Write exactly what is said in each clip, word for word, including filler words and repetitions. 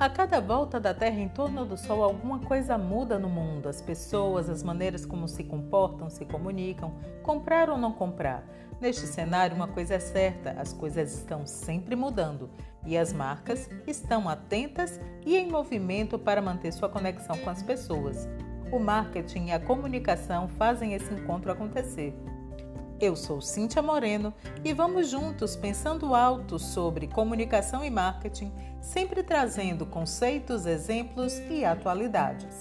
A cada volta da Terra em torno do Sol, alguma coisa muda no mundo. As pessoas, as maneiras como se comportam, se comunicam, comprar ou não comprar. Neste cenário, uma coisa é certa, as coisas estão sempre mudando e as marcas estão atentas e em movimento para manter sua conexão com as pessoas. O marketing e a comunicação fazem esse encontro acontecer. Eu sou Cíntia Moreno e vamos juntos pensando alto sobre comunicação e marketing, sempre trazendo conceitos, exemplos e atualidades.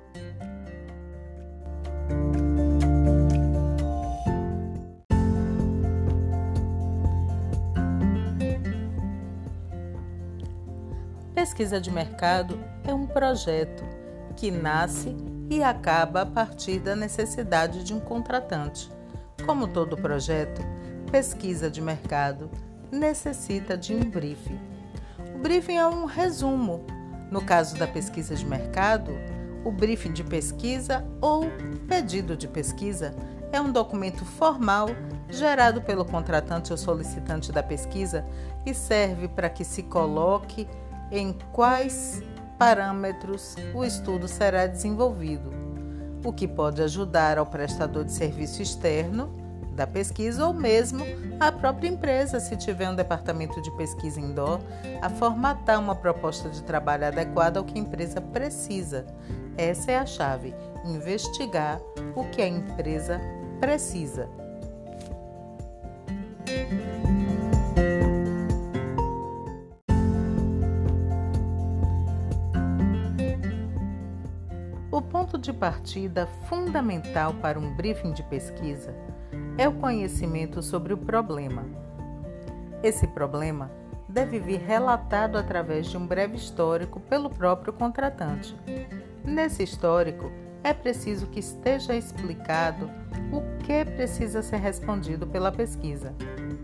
Pesquisa de mercado é um projeto que nasce e acaba a partir da necessidade de um contratante. Como todo projeto, pesquisa de mercado necessita de um briefing. O briefing é um resumo. No caso da pesquisa de mercado, o briefing de pesquisa ou pedido de pesquisa é um documento formal gerado pelo contratante ou solicitante da pesquisa e serve para que se coloque em quais parâmetros o estudo será desenvolvido, o que pode ajudar ao prestador de serviço externo da pesquisa ou mesmo à própria empresa, se tiver um departamento de pesquisa indoor, a formatar uma proposta de trabalho adequada ao que a empresa precisa. Essa é a chave, investigar o que a empresa precisa. O ponto de partida fundamental para um briefing de pesquisa é o conhecimento sobre o problema. Esse problema deve vir relatado através de um breve histórico pelo próprio contratante. Nesse histórico, é preciso que esteja explicado o que precisa ser respondido pela pesquisa.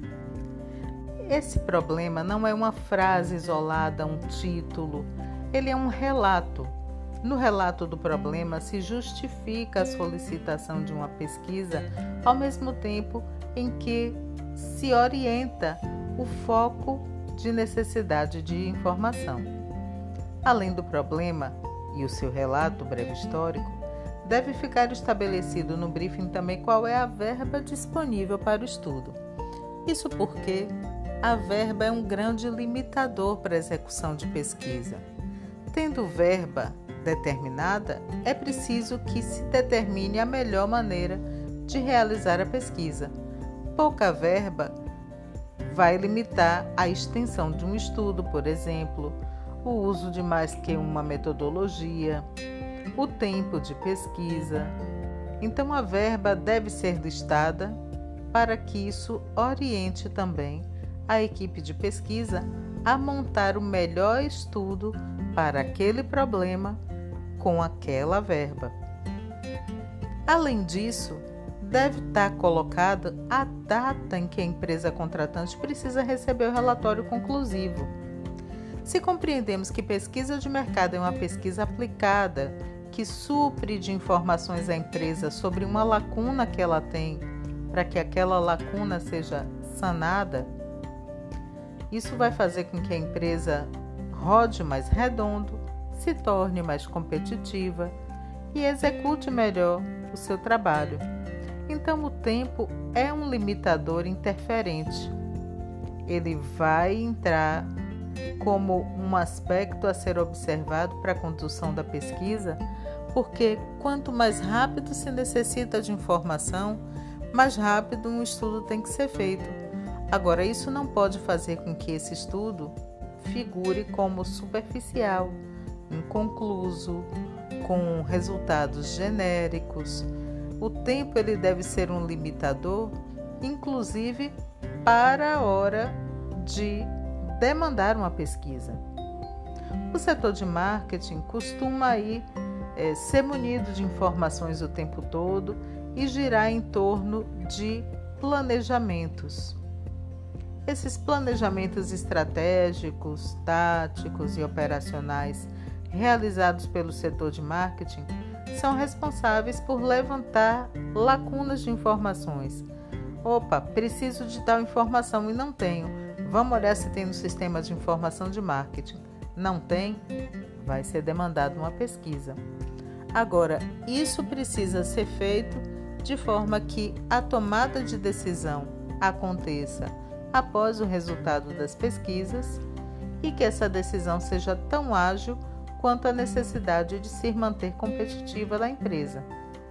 Esse problema não é uma frase isolada, um título, ele é um relato. No relato do problema se justifica a solicitação de uma pesquisa, ao mesmo tempo em que se orienta o foco de necessidade de informação. Além do problema e o seu relato breve histórico, deve ficar estabelecido no briefing também qual é a verba disponível para o estudo. Isso porque a verba é um grande limitador para a execução de pesquisa. Tendo verba determinada, é preciso que se determine a melhor maneira de realizar a pesquisa. Pouca verba vai limitar a extensão de um estudo, por exemplo, o uso de mais que uma metodologia, o tempo de pesquisa. Então, a verba deve ser listada para que isso oriente também a equipe de pesquisa a montar o melhor estudo para aquele problema com aquela verba. Além disso, deve estar colocada a data em que a empresa contratante precisa receber o relatório conclusivo. Se compreendemos que pesquisa de mercado é uma pesquisa aplicada que supre de informações à empresa sobre uma lacuna que ela tem, para que aquela lacuna seja sanada, isso vai fazer com que a empresa rode mais redondo, se torne mais competitiva e execute melhor o seu trabalho. Então, o tempo é um limitador interferente. Ele vai entrar como um aspecto a ser observado para a condução da pesquisa, porque quanto mais rápido se necessita de informação, mais rápido um estudo tem que ser feito. Agora, isso não pode fazer com que esse estudo figure como superficial, inconcluso, com resultados genéricos. O tempo ele deve ser um limitador, inclusive para a hora de demandar uma pesquisa. O setor de marketing costuma aí, é, ser munido de informações o tempo todo e girar em torno de planejamentos. Esses planejamentos estratégicos, táticos e operacionais realizados pelo setor de marketing são responsáveis por levantar lacunas de informações. Opa, preciso de tal informação e não tenho. Vamos olhar se tem no sistema de informação de marketing. Não tem? Vai ser demandada uma pesquisa. Agora, isso precisa ser feito de forma que a tomada de decisão aconteça após o resultado das pesquisas e que essa decisão seja tão ágil quanto a necessidade de se manter competitiva da empresa.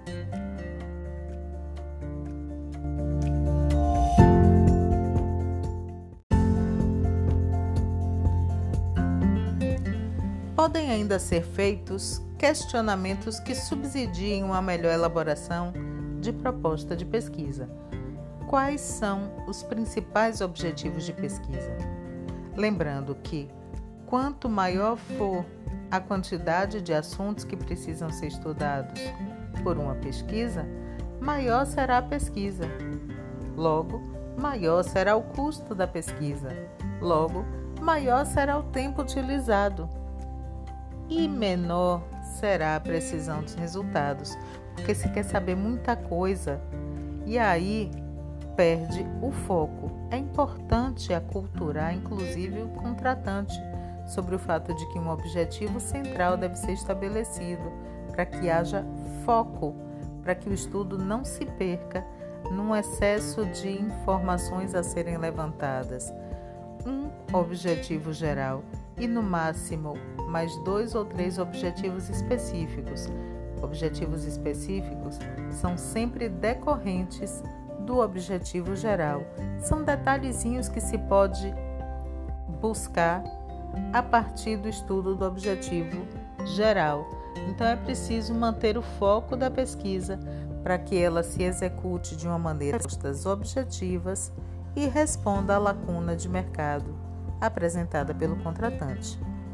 Podem ainda ser feitos questionamentos que subsidiem uma melhor elaboração de proposta de pesquisa. Quais são os principais objetivos de pesquisa? Lembrando que, quanto maior for a quantidade de assuntos que precisam ser estudados por uma pesquisa, maior será a pesquisa. Logo, maior será o custo da pesquisa. Logo, maior será o tempo utilizado. E menor será a precisão dos resultados, porque se quer saber muita coisa e aí perde o foco. É importante aculturar, inclusive, o contratante sobre o fato de que um objetivo central deve ser estabelecido para que haja foco, para que o estudo não se perca num excesso de informações a serem levantadas. Um objetivo geral e, no máximo, mais dois ou três objetivos específicos. Objetivos específicos são sempre decorrentes do objetivo geral. São detalhezinhos que se pode buscar a partir do estudo do objetivo geral. Então é preciso manter o foco da pesquisa para que ela se execute de uma maneira objetivas e responda à lacuna de mercado apresentada pelo contratante.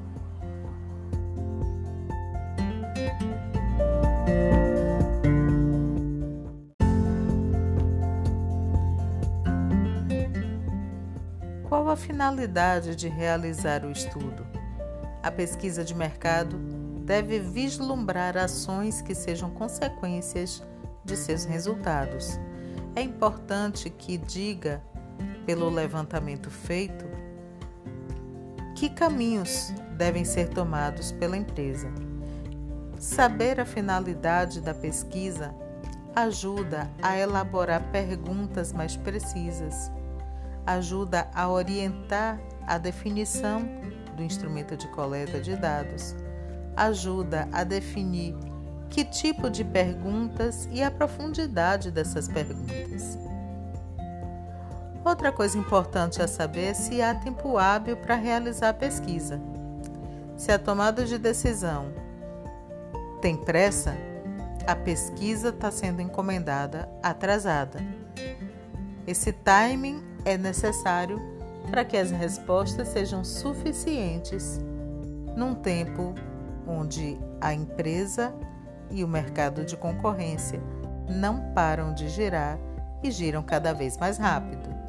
Qual a finalidade de realizar o estudo? A pesquisa de mercado deve vislumbrar ações que sejam consequências de seus resultados. É importante que diga, pelo levantamento feito, que caminhos devem ser tomados pela empresa. Saber a finalidade da pesquisa ajuda a elaborar perguntas mais precisas, ajuda a orientar a definição do instrumento de coleta de dados, ajuda a definir que tipo de perguntas e a profundidade dessas perguntas. Outra coisa importante a saber é se há tempo hábil para realizar a pesquisa. Se a tomada de decisão tem pressa, a pesquisa está sendo encomendada atrasada. Esse timing é necessário para que as respostas sejam suficientes num tempo onde a empresa e o mercado de concorrência não param de girar e giram cada vez mais rápido.